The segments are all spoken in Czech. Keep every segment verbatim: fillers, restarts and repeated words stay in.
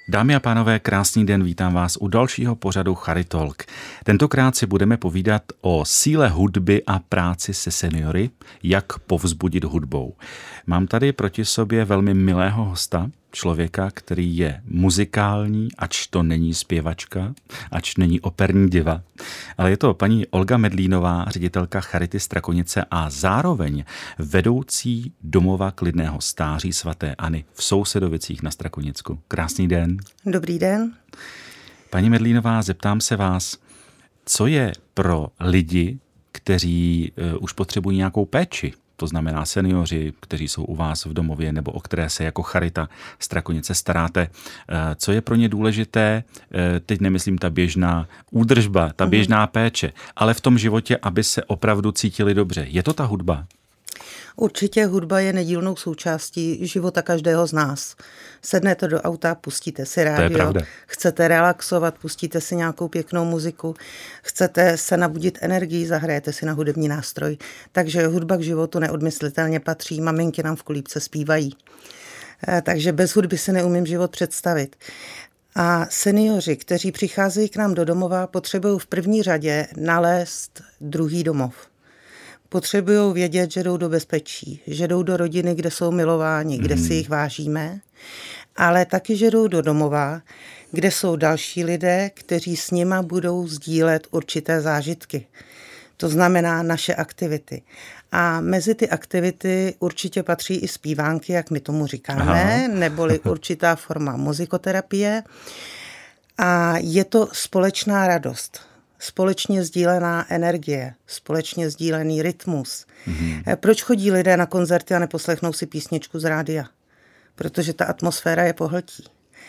Dámy a pánové, krásný den, vítám vás u dalšího pořadu Charitalk. Tentokrát si budeme povídat o síle hudby a práci se seniory, jak povzbudit hudbou. Mám tady proti sobě velmi milého hosta, člověka, který je muzikální, ač to není zpěvačka, ač není operní diva, ale je to paní Olga Medlínová, ředitelka Charity Strakonice a zároveň vedoucí domova klidného stáří svaté Anny v Sousedovicích na Strakonicku. Krásný den. Dobrý den. Paní Medlínová, zeptám se vás, co je pro lidi, kteří uh, už potřebují nějakou péči, to znamená seniori, kteří jsou u vás v domově nebo o které se jako Charita Strakonice staráte. Co je pro ně důležité, teď nemyslím ta běžná údržba, ta běžná péče, ale v tom životě, aby se opravdu cítili dobře. Je to ta hudba? Určitě hudba je nedílnou součástí života každého z nás. Sednete do auta, pustíte si rádio, chcete relaxovat, pustíte si nějakou pěknou muziku, chcete se nabudit energii, zahrajete si na hudební nástroj. Takže hudba k životu neodmyslitelně patří, maminky nám v kolíbce zpívají. Takže bez hudby si neumím život představit. A seniori, kteří přicházejí k nám do domova, potřebují v první řadě nalézt druhý domov. Potřebují vědět, že jdou do bezpečí, že jdou do rodiny, kde jsou milováni, kde si jich vážíme, ale taky, že jdou do domova, kde jsou další lidé, kteří s nima budou sdílet určité zážitky. To znamená naše aktivity. A mezi ty aktivity určitě patří i zpívánky, jak my tomu říkáme, Aha. neboli určitá forma muzikoterapie. A je to společná radost. Společně sdílená energie, společně sdílený rytmus. Mm-hmm. Proč chodí lidé na koncerty a neposlechnou si písničku z rádia? Protože ta atmosféra je pohltí.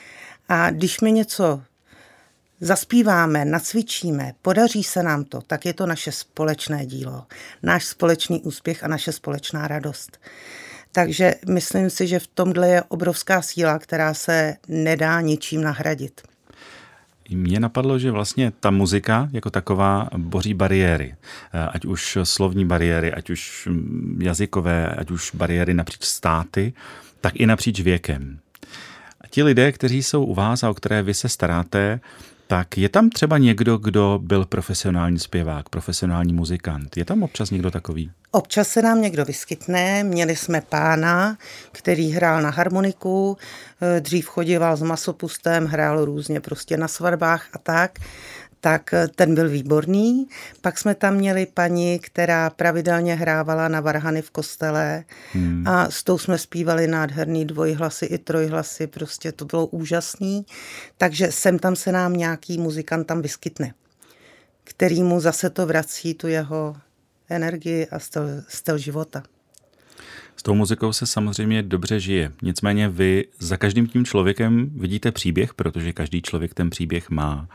A když my něco zaspíváme, nacvičíme, podaří se nám to, tak je to naše společné dílo, náš společný úspěch a naše společná radost. Takže myslím si, že v tomhle je obrovská síla, která se nedá ničím nahradit. Mně napadlo, že vlastně ta muzika jako taková boří bariéry. Ať už slovní bariéry, ať už jazykové, ať už bariéry napříč státy, tak i napříč věkem. A ti lidé, kteří jsou u vás a o které vy se staráte, tak je tam třeba někdo, kdo byl profesionální zpěvák, profesionální muzikant. Je tam občas někdo takový? Občas se nám někdo vyskytne. Měli jsme pána, který hrál na harmoniku, dřív chodíval s masopustem, hrál různě prostě na svatbách a tak. Tak ten byl výborný. Pak jsme tam měli paní, která pravidelně hrávala na varhany v kostele hmm. a s tou jsme zpívali nádherný dvojhlasy i trojhlasy, prostě to bylo úžasný. Takže sem tam se nám nějaký muzikant tam vyskytne, který mu zase to vrací, tu jeho energii a styl, styl života. S tou muzikou se samozřejmě dobře žije. Nicméně vy za každým tím člověkem vidíte příběh, protože každý člověk ten příběh má.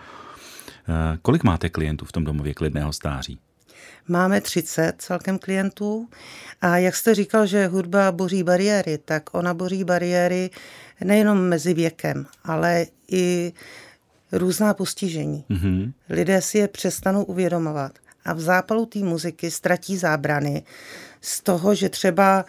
Kolik máte klientů v tom domově klidného stáří? Máme třicet celkem klientů a jak jste říkal, že hudba boří bariéry, tak ona boří bariéry nejenom mezi věkem, ale i různá postižení. Mm-hmm. Lidé si je přestanou uvědomovat a v zápalu té muziky ztratí zábrany z toho, že třeba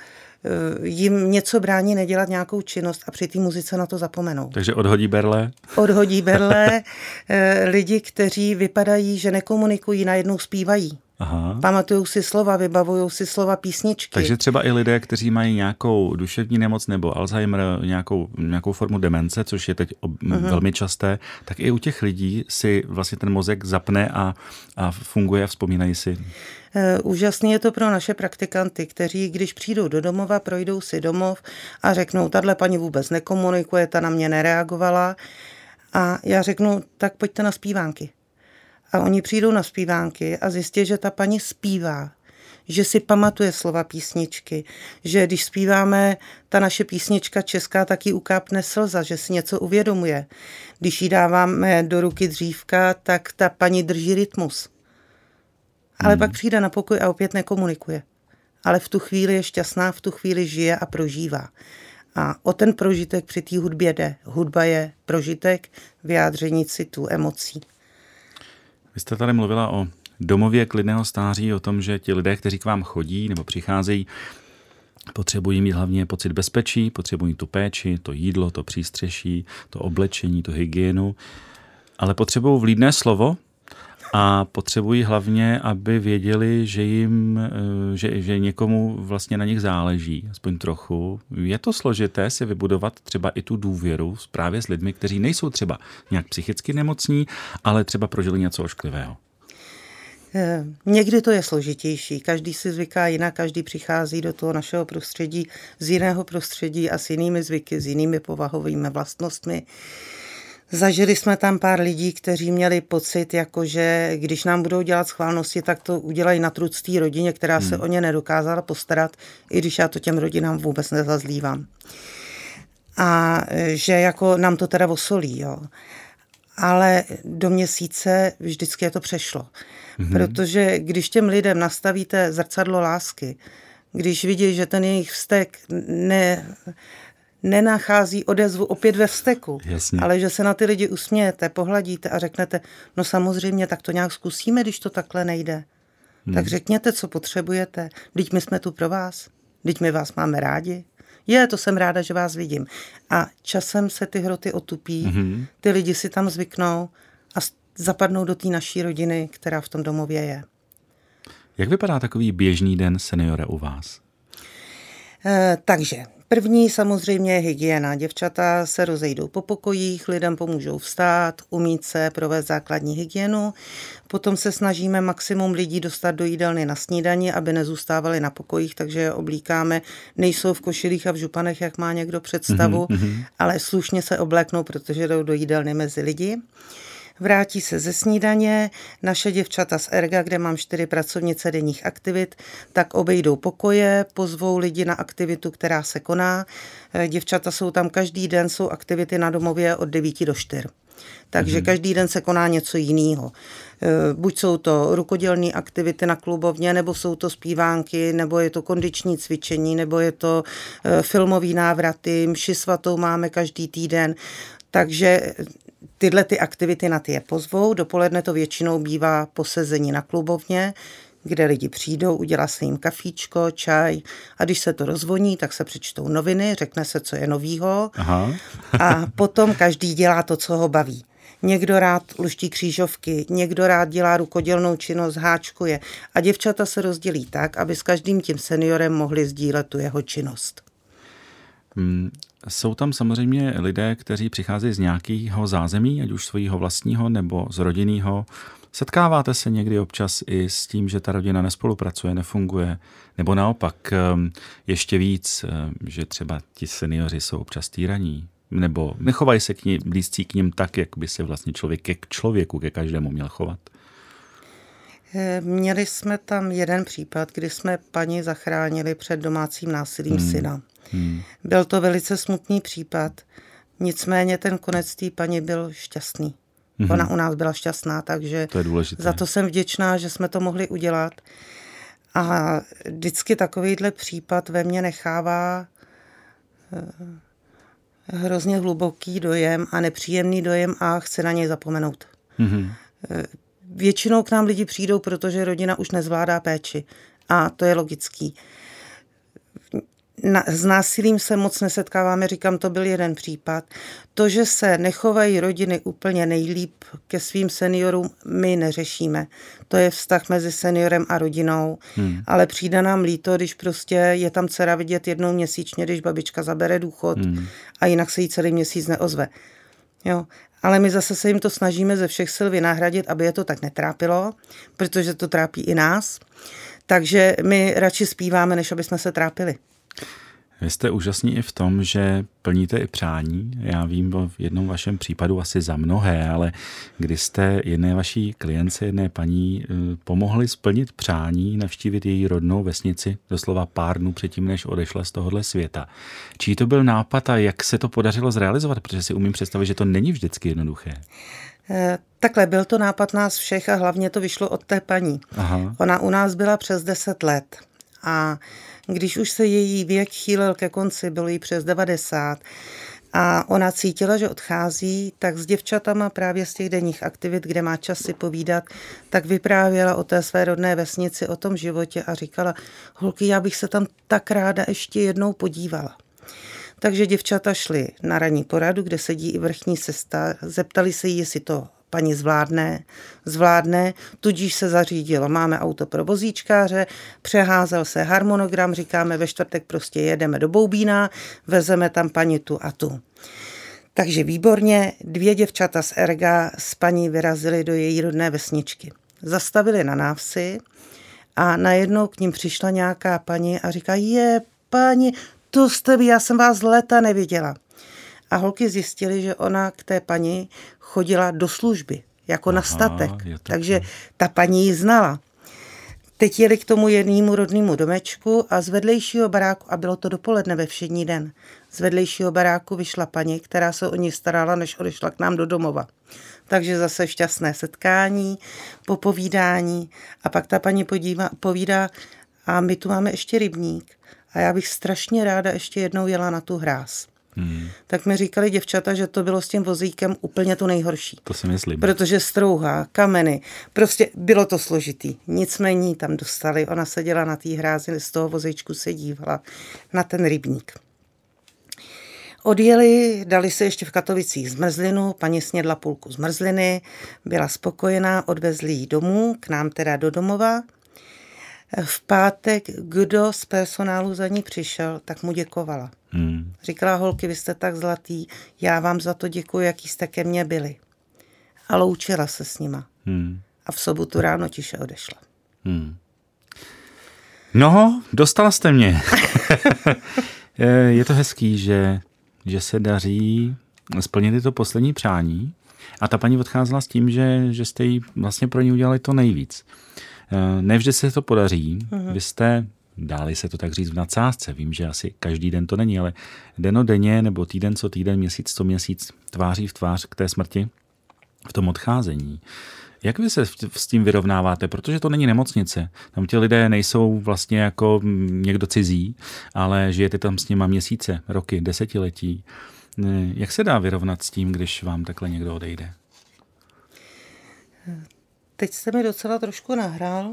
jim něco brání nedělat nějakou činnost a při té muzice na to zapomenou. Takže odhodí berle? Odhodí berle. Lidi, kteří vypadají, že nekomunikují, najednou zpívají. Aha. Pamatujou si slova, vybavujou si slova písničky. Takže třeba i lidé, kteří mají nějakou duševní nemoc nebo Alzheimer, nějakou, nějakou formu demence, což je teď ob, uh-huh. velmi časté, tak i u těch lidí si vlastně ten mozek zapne a, a funguje a vzpomínají si. Úžasný je to pro naše praktikanty, kteří, když přijdou do domova, projdou si domov a řeknou, tahle paní vůbec nekomunikuje, ta na mě nereagovala. A já řeknu, tak pojďte na zpívánky. A oni přijdou na zpívánky a zjistí, že ta paní zpívá, že si pamatuje slova písničky, že když zpíváme ta naše písnička česká, tak jí ukápne slza, že si něco uvědomuje. Když jí dáváme do ruky dřívka, tak ta paní drží rytmus. Ale hmm. pak přijde na pokoj a opět nekomunikuje. Ale v tu chvíli je šťastná, v tu chvíli žije a prožívá. A o ten prožitek při té hudbě jde. Hudba je prožitek, vyjádření citu, emocí. Vy jste tady mluvila o domově klidného stáří, o tom, že ti lidé, kteří k vám chodí nebo přicházejí, Potřebují mít hlavně pocit bezpečí, potřebují tu péči, to jídlo, to přístřeší, to oblečení, tu hygienu, ale potřebují vlídné slovo a potřebují hlavně, aby věděli, že jim, že, že někomu vlastně na nich záleží, aspoň trochu. Je to složité si vybudovat třeba i tu důvěru právě s lidmi, kteří nejsou třeba nějak psychicky nemocní, ale třeba prožili něco ošklivého. Někdy to je složitější, každý si zvyká jinak, každý přichází do toho našeho prostředí z jiného prostředí a s jinými zvyky, s jinými povahovými vlastnostmi. Zažili jsme tam pár lidí, kteří měli pocit, jakože když nám budou dělat schválnosti, tak to udělají na truc té rodině, která se hmm. o ně nedokázala postarat, i když já to těm rodinám vůbec nezazlívám. A že jako nám to teda osolí, jo. Ale do měsíce vždycky je to přešlo. Mm-hmm. Protože když těm lidem nastavíte zrcadlo lásky, když vidí, že ten jejich vztek ne, nenachází odezvu opět ve vzteku, Jasně. ale že se na ty lidi usmějete, pohladíte a řeknete, no samozřejmě, tak to nějak zkusíme, když to takhle nejde. Hmm. Tak řekněte, co potřebujete. Vždyť my jsme tu pro vás. Vždyť my vás máme rádi. Je, to jsem ráda, že vás vidím. A časem se ty hroty otupí, mm-hmm. ty lidi si tam zvyknou a zapadnou do té naší rodiny, která v tom domově je. Jak vypadá takový běžný den seniora u vás? E, takže první samozřejmě je hygiena. Děvčata se rozejdou po pokojích, lidem pomůžou vstát, umýt se, provést základní hygienu. Potom se snažíme maximum lidí dostat do jídelny na snídani, aby nezůstávali na pokojích, takže je oblíkáme. Nejsou v košilích a v županech, jak má někdo představu, mm-hmm. ale slušně se obléknou, protože jdou do jídelny mezi lidi. Vrátí se ze snídaně, naše děvčata z Erga, kde mám čtyři pracovnice denních aktivit, tak obejdou pokoje, pozvou lidi na aktivitu, která se koná. Děvčata jsou tam každý den, jsou aktivity na domově od devíti do čtyř. Takže mm-hmm. každý den se koná něco jiného. Buď jsou to rukodělné aktivity na klubovně, nebo jsou to zpívánky, nebo je to kondiční cvičení, nebo je to filmový návraty, mši svatou máme každý týden. Takže tyhle ty aktivity na ty je pozvou. Dopoledne to většinou bývá posezení na klubovně, kde lidi přijdou, udělá se jim kafíčko, čaj a když se to rozvoní, tak se přečtou noviny, řekne se, co je novýho. Aha. A potom každý dělá to, co ho baví. Někdo rád luští křížovky, někdo rád dělá rukodělnou činnost, háčkuje a děvčata se rozdělí tak, aby s každým tím seniorem mohli sdílet tu jeho činnost. Hmm. Jsou tam samozřejmě lidé, kteří přicházejí z nějakého zázemí, ať už svého vlastního nebo z rodinného. Setkáváte se někdy občas i s tím, že ta rodina nespolupracuje, nefunguje, nebo naopak ještě víc, že třeba ti seniori jsou občas týraní, nebo nechovají se k ní, blízcí k ním tak, jak by se vlastně člověk ke člověku, ke každému měl chovat? Měli jsme tam jeden případ, kdy jsme paní zachránili před domácím násilím hmm. syna. Hmm. Byl to velice smutný případ, nicméně ten konec té paní byl šťastný. Hmm. Ona u nás byla šťastná, takže to je důležité. Za to jsem vděčná, že jsme to mohli udělat. A vždycky takovýhle případ ve mně nechává hrozně hluboký dojem a nepříjemný dojem a chci na něj zapomenout. Hmm. Většinou k nám lidi přijdou, protože rodina už nezvládá péči. A to je logický. Na, s násilím se moc nesetkáváme, říkám, to byl jeden případ. To, že se nechovají rodiny úplně nejlíp ke svým seniorům, my neřešíme. To je vztah mezi seniorem a rodinou, hmm. ale přijde nám líto, když prostě je tam dcera vidět jednou měsíčně, když babička zabere důchod hmm. a jinak se jí celý měsíc neozve. Jo. Ale my zase se jim to snažíme ze všech sil vynahradit, aby je to tak netrápilo, protože to trápí i nás. Takže my radši zpíváme, než aby jsme se trápili. Vy jste úžasní i v tom, že plníte i přání. Já vím o jednom vašem případu asi za mnohé, ale kdy jste jedné vaší klientce, jedné paní pomohli splnit přání, navštívit její rodnou vesnici doslova pár dnů předtím, než odešla z tohohle světa. Čí to byl nápad a jak se to podařilo zrealizovat? Protože si umím představit, že to není vždycky jednoduché. Takhle, byl to nápad nás všech a hlavně to vyšlo od té paní. Aha. Ona u nás byla přes deset let a když už se její věk chýlil ke konci, bylo jí přes devadesát, A ona cítila, že odchází, tak s děvčatama právě z těch denních aktivit, kde má čas si povídat, tak vyprávěla o té své rodné vesnici, o tom životě a říkala, holky, já bych se tam tak ráda ještě jednou podívala. Takže děvčata šly na ranní poradu, kde sedí i vrchní sesta, zeptali se jí, jestli to paní zvládne, zvládne, tudíž se zařídilo. Máme auto pro vozíčkáře, přeházel se harmonogram, říkáme ve čtvrtek prostě jedeme do Boubína, vezeme tam paní tu a tu. Takže výborně, dvě děvčata z Erga s paní vyrazily do její rodné vesničky. Zastavili na návsi a najednou k ním přišla nějaká paní a říká, je paní, to jste vy, já jsem vás léta neviděla. A holky zjistily, že ona k té paní chodila do služby, jako Aha, na statek. Takže ta paní ji znala. Teď jeli k tomu jednému rodnému domečku a z vedlejšího baráku, a bylo to dopoledne ve všední den, z vedlejšího baráku vyšla paní, která se o ní starala, než odešla k nám do domova. Takže zase šťastné setkání, popovídání a pak ta paní podívá, povídá, a my tu máme ještě rybník a já bych strašně ráda ještě jednou jela na tu hráz. Hmm. Tak mi říkali děvčata, že to bylo s tím vozíkem úplně to nejhorší. To si myslím. Protože strouha, kameny, prostě bylo to složitý. Nicméně tam dostali, ona seděla na té hrázi, z toho vozíčku se dívala na ten rybník. Odjeli, dali se ještě v Katovicích zmrzlinu, paní snědla půlku zmrzliny, byla spokojená, odvezli ji domů, k nám teda do domova. V pátek, kdo z personálu za ní přišel, tak mu děkovala. Hmm. Říkala, holky, vy jste tak zlatý, já vám za to děkuji, jaký jste ke mně byli. A loučila se s nima. Hmm. A v sobotu ráno tiše odešla. Hmm. No, dostala jste mě. Je to hezký, že, že se daří splnit to poslední přání. A ta paní odcházela s tím, že, že jste jí vlastně pro ní udělali to nejvíc. Nevždy se to podaří. Uhum. Vy jste, dáli se to tak říct v nadsázce, vím, že asi každý den to není, ale denodenně nebo týden co týden, měsíc co měsíc tváří v tvář k té smrti v tom odcházení. Jak vy se s tím vyrovnáváte? Protože to není nemocnice. Tam ti lidé nejsou vlastně jako někdo cizí, ale žijete tam s nima měsíce, roky, desetiletí. Jak se dá vyrovnat s tím, když vám takhle někdo odejde? Teď jste mi docela trošku nahrál.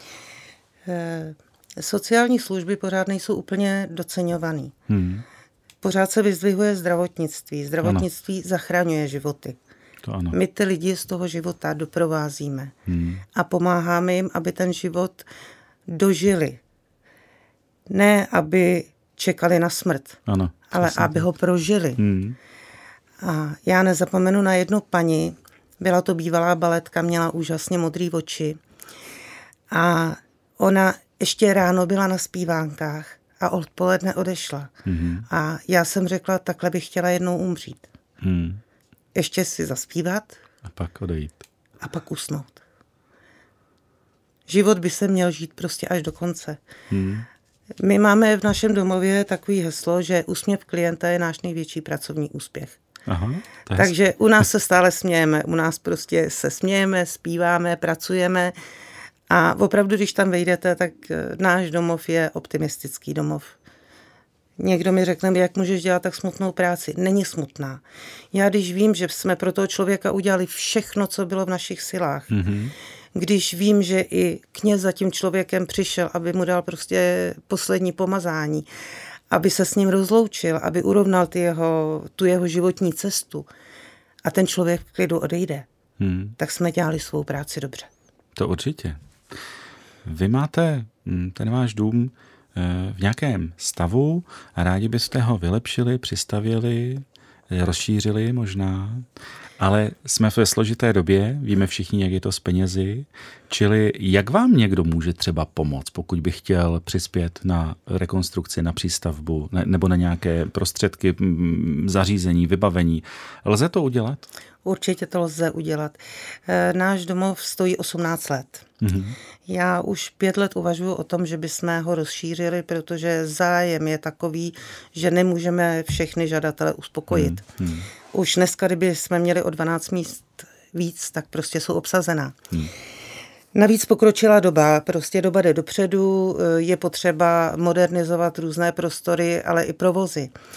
Sociální služby pořád nejsou úplně doceňovaný. Hmm. Pořád se vyzdvihuje zdravotnictví. Zdravotnictví ano. zachraňuje životy. To ano. My ty lidi z toho života doprovázíme hmm. a pomáháme jim, aby ten život dožili. Ne, aby čekali na smrt, ano, ale aby to. ho prožili. Hmm. A já nezapomenu na jednu paní, byla to bývalá baletka, měla úžasně modrý oči a ona ještě ráno byla na zpívánkách a odpoledne odešla. Hmm. A já jsem řekla, takhle bych chtěla jednou umřít. Hmm. Ještě si zaspívat. A pak odejít. A pak usnout. Život by se měl žít prostě až do konce. Hmm. My máme v našem domově takový heslo, že úsměv klienta je náš největší pracovní úspěch. Aha, takže u nás se stále smějeme. U nás prostě se smějeme, zpíváme, pracujeme a opravdu, když tam vejdete, tak náš domov je optimistický domov. Někdo mi řekne, jak můžeš dělat tak smutnou práci. Není smutná. Já když vím, že jsme pro toho člověka udělali všechno, co bylo v našich silách, mm-hmm. když vím, že i kněz za tím člověkem přišel, aby mu dal prostě poslední pomazání, aby se s ním rozloučil, aby urovnal ty jeho, tu jeho životní cestu a ten člověk v klidu odejde, hmm. tak jsme dělali svou práci dobře. To určitě. Vy máte ten váš dům v nějakém stavu a rádi byste ho vylepšili, přistavěli, rozšířili možná, ale jsme ve složité době, víme všichni, jak je to s penězi, čili jak vám někdo může třeba pomoct, pokud by chtěl přispět na rekonstrukci, na přístavbu ne, nebo na nějaké prostředky, zařízení, vybavení. Lze to udělat? Určitě to lze udělat. Náš domov stojí osmnáct let. Mm-hmm. Já už pět let uvažuji o tom, že bychom ho rozšířili, protože zájem je takový, že nemůžeme všechny žadatele uspokojit. Mm-hmm. Už dneska, kdyby jsme měli o dvanáct míst víc, tak prostě jsou obsazená. Mm. Navíc pokročila doba, prostě doba jde dopředu, je potřeba modernizovat různé prostory, ale i provozy.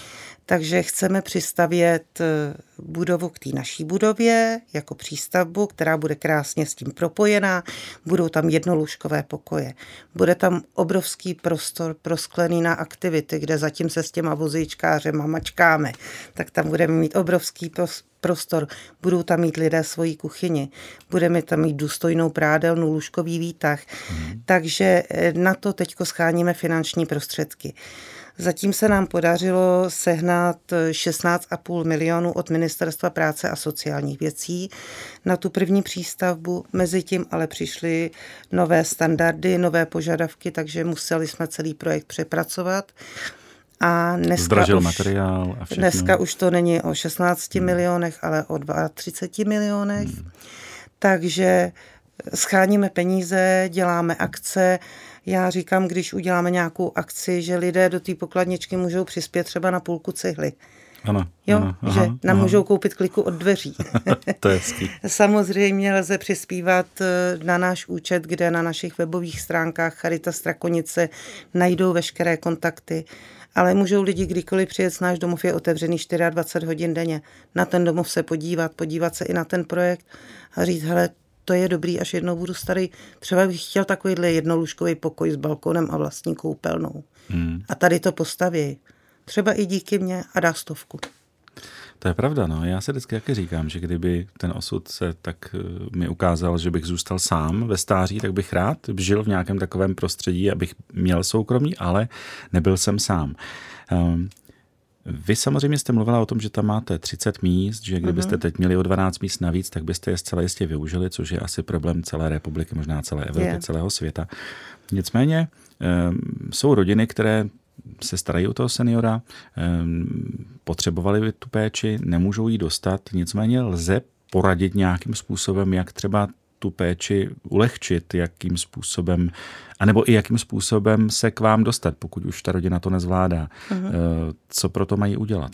Takže chceme přistavět budovu k té naší budově jako přístavbu, která bude krásně s tím propojená. Budou tam jednolůžkové pokoje. Bude tam obrovský prostor prosklený na aktivity, kde zatím se s těma vozíčkářema mačkáme. Tak tam budeme mít obrovský prostor. Budou tam mít lidé svoji kuchyni. Budeme tam mít důstojnou prádelnu, lůžkový výtah. Hmm. Takže na to teďko scháníme finanční prostředky. Zatím se nám podařilo sehnat šestnáct a půl milionu od Ministerstva práce a sociálních věcí na tu první přístavbu. Mezitím ale přišly nové standardy, nové požadavky, takže museli jsme celý projekt přepracovat. A dneska Zdražil už, materiál a všechno. Dneska už to není o šestnácti hmm. milionech, ale o třiceti dvou milionech. Hmm. Takže scháníme peníze, děláme akce. Já říkám, když uděláme nějakou akci, že lidé do té pokladničky můžou přispět třeba na půlku cihly. Ano, jo, ano, že aha, nám aha. můžou koupit kliku od dveří. To je hezký. Samozřejmě lze přispívat na náš účet, kde na našich webových stránkách Charita Strakonice najdou veškeré kontakty. Ale můžou lidi kdykoliv přijet, náš domov je otevřený dvacet čtyři hodin denně. Na ten domov se podívat, podívat se i na ten projekt a říct, hele, to je dobrý, až jednou budu starý. Třeba bych chtěl takovýhle jednolůžkový pokoj s balkonem a vlastní koupelnou. Hmm. A tady to postaví. Třeba i díky mně a dá stovku. To je pravda, no. Já se vždycky taky říkám, že kdyby ten osud se tak mi ukázal, že bych zůstal sám ve stáří, tak bych rád žil v nějakém takovém prostředí, abych měl soukromí, ale nebyl jsem sám. Um, Vy samozřejmě jste mluvila o tom, že tam máte třicet míst, že kdybyste teď měli o dvanáct míst navíc, tak byste je zcela jistě využili, což je asi problém celé republiky, možná celé Evropy, yeah. celého světa. Nicméně um, jsou rodiny, které se starají o toho seniora, um, potřebovali by tu péči, nemůžou ji dostat, nicméně lze poradit nějakým způsobem, jak třeba tu péči ulehčit, jakým způsobem, anebo i jakým způsobem se k vám dostat, pokud už ta rodina to nezvládá. Uh-huh. Co pro to mají udělat?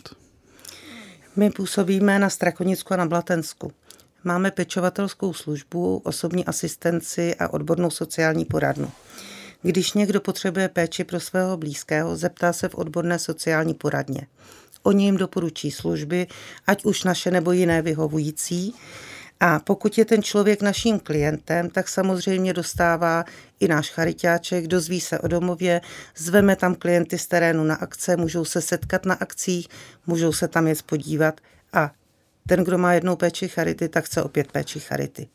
My působíme na Strakonicku a na Blatensku. Máme pečovatelskou službu, osobní asistenci a odbornou sociální poradnu. Když někdo potřebuje péči pro svého blízkého, zeptá se v odborné sociální poradně. Oni jim doporučí služby, ať už naše nebo jiné vyhovující. A pokud je ten člověk naším klientem, tak samozřejmě dostává i náš chariťáček, dozví se o domově, zveme tam klienty z terénu na akce, můžou se setkat na akcích, můžou se tam jet podívat a ten, kdo má jednou péči charity, tak chce opět péči charity.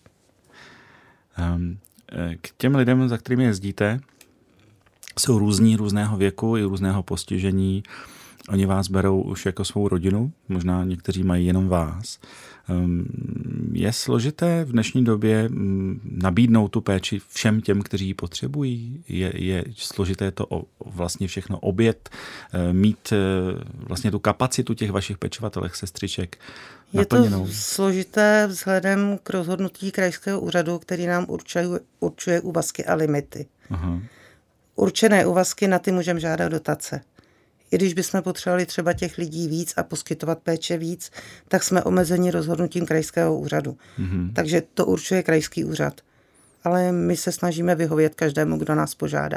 Um, k těm lidem, za kterými jezdíte, jsou různí, různého věku i různého postižení. Oni vás berou už jako svou rodinu, možná někteří mají jenom vás. Je složité v dnešní době nabídnout tu péči všem těm, kteří ji potřebují? Je, je složité to vlastně všechno obět, mít vlastně tu kapacitu těch vašich pečovatelek, sestřiček naplněnou? Je to složité vzhledem k rozhodnutí krajského úřadu, který nám určuje, určuje úvazky a limity. Aha. Určené úvazky, na ty můžeme žádat dotace. I když bychom potřebovali třeba těch lidí víc a poskytovat péče víc, tak jsme omezeni rozhodnutím krajského úřadu. Mm-hmm. Takže to určuje krajský úřad. Ale my se snažíme vyhovět každému, kdo nás požádá.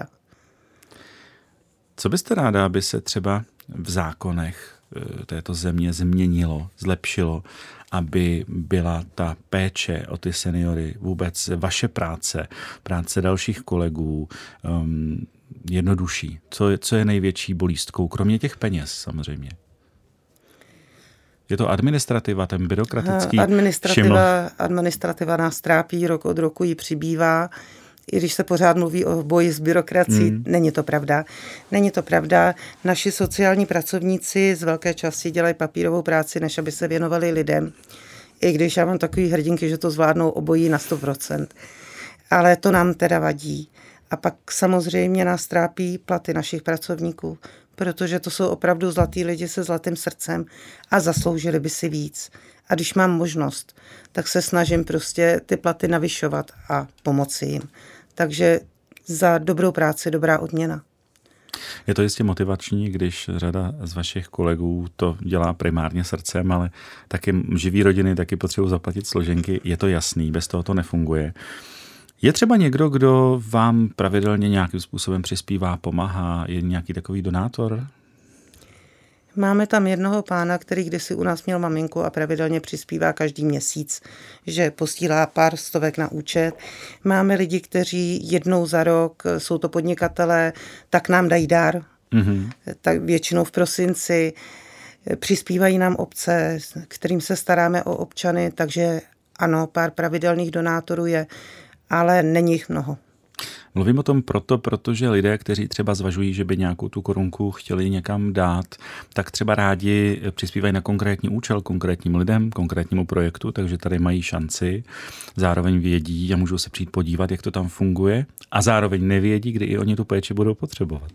Co byste ráda, aby se třeba v zákonech této země změnilo, zlepšilo, aby byla ta péče o ty seniory, vůbec vaše práce, práce dalších kolegů, um, jednodušší? Co je, co je největší bolístkou, kromě těch peněz samozřejmě? Je to administrativa, ten byrokratický administrativa, administrativa nás trápí, rok od roku ji přibývá. I když se pořád mluví o boji s byrokracií, hmm. není to pravda. Není to pravda. Naši sociální pracovníci z velké části dělají papírovou práci, než aby se věnovali lidem. I když já mám takový hrdinky, že to zvládnou obojí na sto procent. Ale to nám teda vadí. A pak samozřejmě nás trápí platy našich pracovníků, protože to jsou opravdu zlatí lidi se zlatým srdcem a zasloužili by si víc. A když mám možnost, tak se snažím prostě ty platy navyšovat a pomoci jim. Takže za dobrou práci dobrá odměna. Je to jistě motivační, když řada z vašich kolegů to dělá primárně srdcem, ale taky živí rodiny taky potřebují zaplatit složenky. Je to jasný, bez toho to nefunguje. Je třeba někdo, kdo vám pravidelně nějakým způsobem přispívá, pomáhá, je nějaký takový donátor? Máme tam jednoho pána, který kdysi u nás měl maminku a pravidelně přispívá každý měsíc, že posílá pár stovek na účet. Máme lidi, kteří jednou za rok, jsou to podnikatelé, tak nám dají dar, mm-hmm. tak většinou v prosinci. Přispívají nám obce, kterým se staráme o občany, takže ano, pár pravidelných donátorů je, ale není jich mnoho. Mluvím o tom proto, protože lidé, kteří třeba zvažují, že by nějakou tu korunku chtěli někam dát, tak třeba rádi přispívají na konkrétní účel, konkrétním lidem, konkrétnímu projektu, takže tady mají šanci, zároveň vědí a můžou se přijít podívat, jak to tam funguje a zároveň nevědí, kdy i oni tu péči budou potřebovat.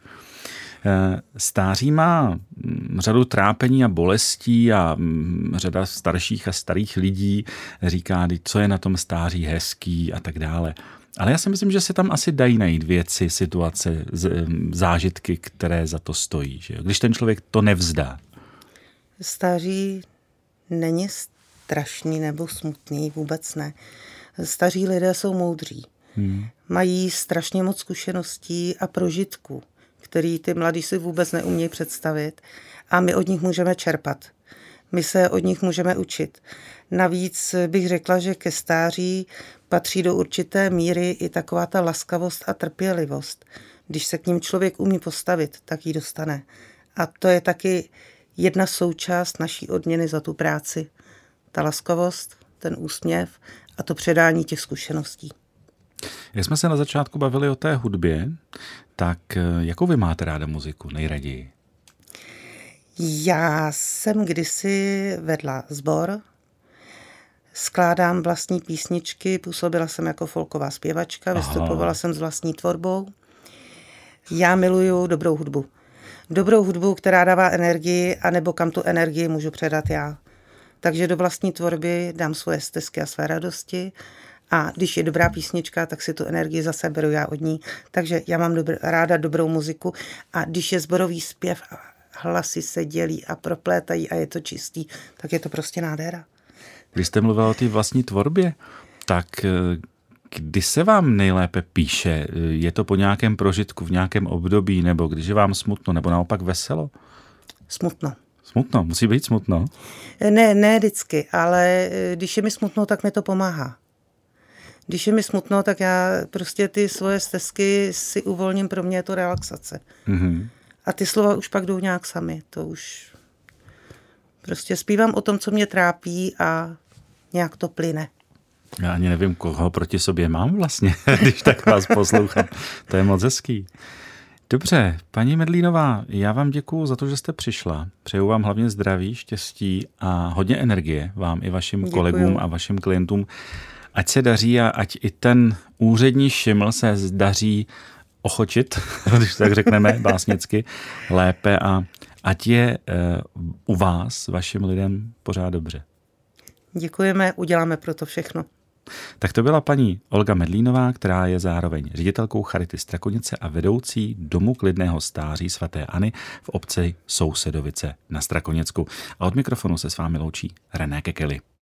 Stáří má řadu trápení a bolestí a řada starších a starých lidí říká, co je na tom stáří hezký a tak dále. Ale já si myslím, že se tam asi dají najít věci, situace, zážitky, které za to stojí. Že? Když ten člověk to nevzdá. Stáří není strašný nebo smutný, vůbec ne. Staří lidé jsou moudří. Hmm. Mají strašně moc zkušeností a prožitků, který ty mladí si vůbec neumějí představit a my od nich můžeme čerpat. My se od nich můžeme učit. Navíc bych řekla, že ke stáří patří do určité míry i taková ta laskavost a trpělivost. Když se k ním člověk umí postavit, tak ji dostane. A to je taky jedna součást naší odměny za tu práci. Ta laskavost, ten úsměv a to předání těch zkušeností. Jak jsme se na začátku bavili o té hudbě, tak jakou vy máte ráda muziku nejraději? Já jsem kdysi vedla sbor, skládám vlastní písničky, působila jsem jako folková zpěvačka, Aha. vystupovala jsem s vlastní tvorbou. Já miluju dobrou hudbu. Dobrou hudbu, která dává energii, anebo kam tu energii můžu předat já. Takže do vlastní tvorby dám svoje stesky a své radosti a když je dobrá písnička, tak si tu energii zase beru já od ní. Takže já mám dobr- ráda dobrou muziku a když je sborový zpěv a hlasy se dělí a proplétají a je to čistý, tak je to prostě nádhera. Když jste mluvila o té vlastní tvorbě, tak kdy se vám nejlépe píše? Je to po nějakém prožitku, v nějakém období, nebo když je vám smutno, nebo naopak veselo? Smutno. Smutno? Musí být smutno? Ne, ne vždycky, ale když je mi smutno, tak mi to pomáhá. Když je mi smutno, tak já prostě ty svoje stesky si uvolním, pro mě je to relaxace. Mm-hmm. A ty slova už pak jdou nějak sami, to už prostě zpívám o tom, co mě trápí a nějak to plyne. Já ani nevím, koho proti sobě mám vlastně, když tak vás poslouchám. To je moc hezký. Dobře, paní Medlínová, já vám děkuju za to, že jste přišla. Přeju vám hlavně zdraví, štěstí a hodně energie vám i vašim děkuju. Kolegům a vašim klientům. Ať se daří a ať i ten úřední šiml se daří ochočit, když tak řekneme básnicky, lépe a ať je uh, u vás, vašim lidem, pořád dobře. Děkujeme, uděláme pro to všechno. Tak to byla paní Olga Medlínová, která je zároveň ředitelkou Charity Strakonice a vedoucí Domu klidného stáří svaté Anny v obci Sousedovice na Strakoněcku. A od mikrofonu se s vámi loučí René Kekely.